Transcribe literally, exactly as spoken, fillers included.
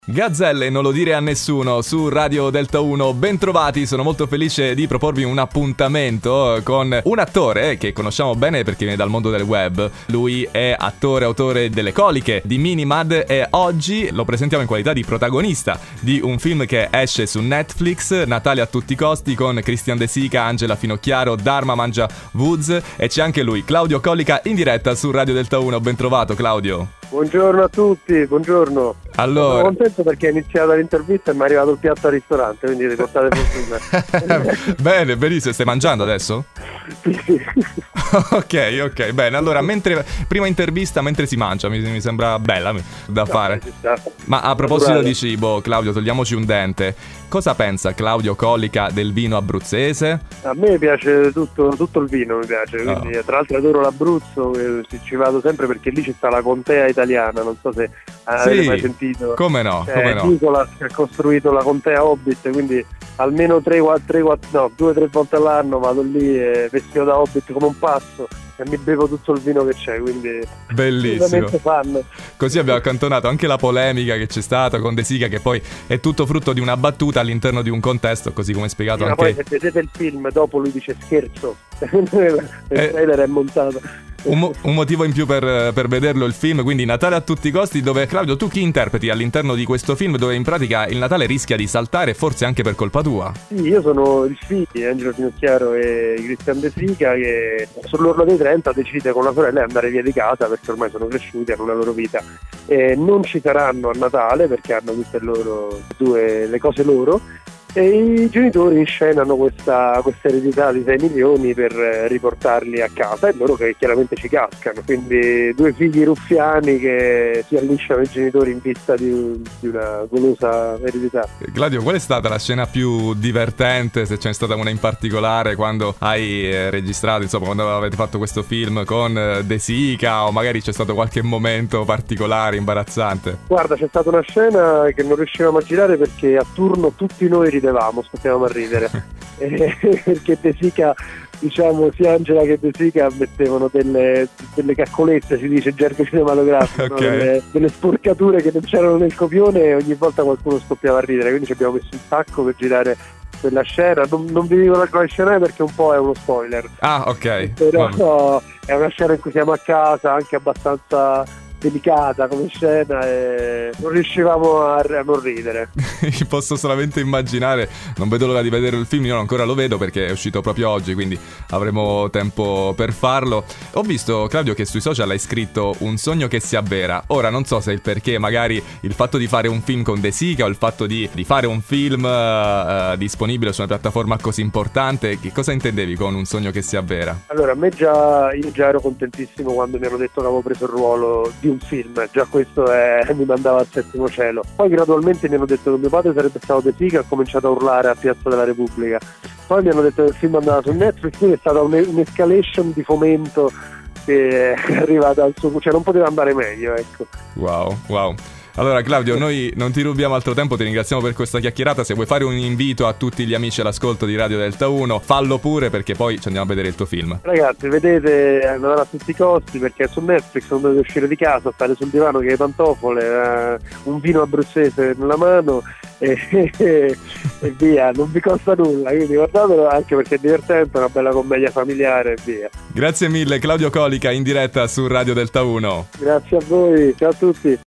Gazzelle, non lo dire a nessuno su Radio Delta uno, bentrovati, sono molto felice di proporvi un appuntamento con un attore che conosciamo bene perché viene dal mondo del web. Lui è attore, autore delle Coliche di Minimad e oggi lo presentiamo in qualità di protagonista di un film che esce su Netflix, Natale a tutti i costi, con Christian De Sica, Angela Finocchiaro, Dharma Mangia Woods e c'è anche lui, Claudio Colica, in diretta su Radio Delta uno. Bentrovato Claudio. Buongiorno a tutti, buongiorno. Allora, sono contento perché è iniziata l'intervista e mi è arrivato il piatto al ristorante, quindi riportate fortuna. Bene, benissimo, stai mangiando adesso? Sì, sì. Ok, ok, bene, allora mentre prima intervista mentre si mangia, mi, mi sembra bella da fare. Ma a proposito Naturale. di cibo, Claudio, togliamoci un dente. Cosa pensa Claudio Colica del vino abruzzese? A me piace tutto, tutto il vino, mi piace, Oh. quindi tra l'altro adoro l'Abruzzo, eh, ci, ci vado sempre perché lì ci sta la contea italiana, non so se avete Sì, mai sentito. come no, Cioè, come no. Nicolas che ha costruito la contea Hobbit, quindi almeno tre, quattro, no, due o tre volte all'anno vado lì eh, vestito da Hobbit come un pazzo e mi bevo tutto il vino che c'è, quindi Bellissimo. assolutamente fan. Così abbiamo accantonato anche la polemica che c'è stata con De Sica, che poi è tutto frutto di una battuta all'interno di un contesto, così come spiegato Sì, ma anche... poi se vedete il film dopo lui dice scherzo, il Eh. trailer è montato. Un, mo- un motivo in più per, per vederlo il film, quindi Natale a tutti i costi, dove Claudio tu chi interpreti all'interno di questo film dove in pratica il Natale rischia di saltare forse anche per colpa tua? Sì, io sono il figlio di Angelo Finocchiaro e Christian De Sica che sull'orlo dei trenta decide con la sorella di andare via di casa perché ormai sono cresciuti, hanno la loro vita e non ci saranno a Natale perché hanno tutte loro due le cose loro. E i genitori inscenano questa, questa eredità di sei milioni per eh, riportarli a casa e loro che chiaramente ci cascano, quindi due figli ruffiani che si allisciano i genitori in vista di, di una golosa eredità. Claudio, qual è stata la scena più divertente, se ce n'è stata una in particolare, quando hai eh, registrato, insomma, quando avete fatto questo film con eh, De Sica, o magari c'è stato qualche momento particolare, imbarazzante? Guarda, c'è stata una scena che non riuscivamo a girare perché a turno tutti noi ridevamo, scoppiavamo a ridere, eh, perché De Sica, diciamo, sia Angela che De Sica mettevano delle, delle caccolette, si dice in gergo cinematografico, no? Ok. delle, delle sporcature che non c'erano nel copione e ogni volta qualcuno scoppiava a ridere, quindi ci abbiamo messo un sacco per girare quella scena. Non, non vi dico la quale scena è perché un po' è uno spoiler, Ah, ok. però Vabbè. no, è una scena in cui siamo a casa, anche abbastanza delicata come scena e non riuscivamo a, a non ridere. Posso solamente immaginare, non vedo l'ora di vedere il film, io ancora lo vedo perché è uscito proprio oggi, quindi avremo tempo per farlo. Ho visto, Claudio, che sui social hai scritto un sogno che si avvera. Ora non so se il perché, magari il fatto di fare un film con De Sica o il fatto di, di fare un film uh, disponibile su una piattaforma così importante, che cosa intendevi con un sogno che si avvera? Allora, a me già, io già ero contentissimo quando mi hanno detto che avevo preso il ruolo di un film, già questo è, mi mandava al settimo cielo. Poi gradualmente mi hanno detto che mio padre sarebbe stato De Sica e ho cominciato a urlare a Piazza della Repubblica. Poi mi hanno detto che il film andava su Netflix, quindi è stata un- un'escalation di fomento che è arrivata al suo... cioè non poteva andare meglio, ecco. Wow, wow. Allora Claudio, noi non ti rubiamo altro tempo, ti ringraziamo per questa chiacchierata. Se vuoi fare un invito a tutti gli amici all'ascolto di Radio Delta uno, fallo pure perché poi ci andiamo a vedere il tuo film. Ragazzi, vedete, andare a tutti i costi perché è su Netflix, non dovete uscire di casa, stare sul divano che hai pantofole, eh, un vino abruzzese nella mano e, e, e via, non vi costa nulla, quindi guardatelo anche perché è divertente, è una bella commedia familiare e via. Grazie mille Claudio Colica in diretta su Radio Delta uno. Grazie a voi, ciao a tutti.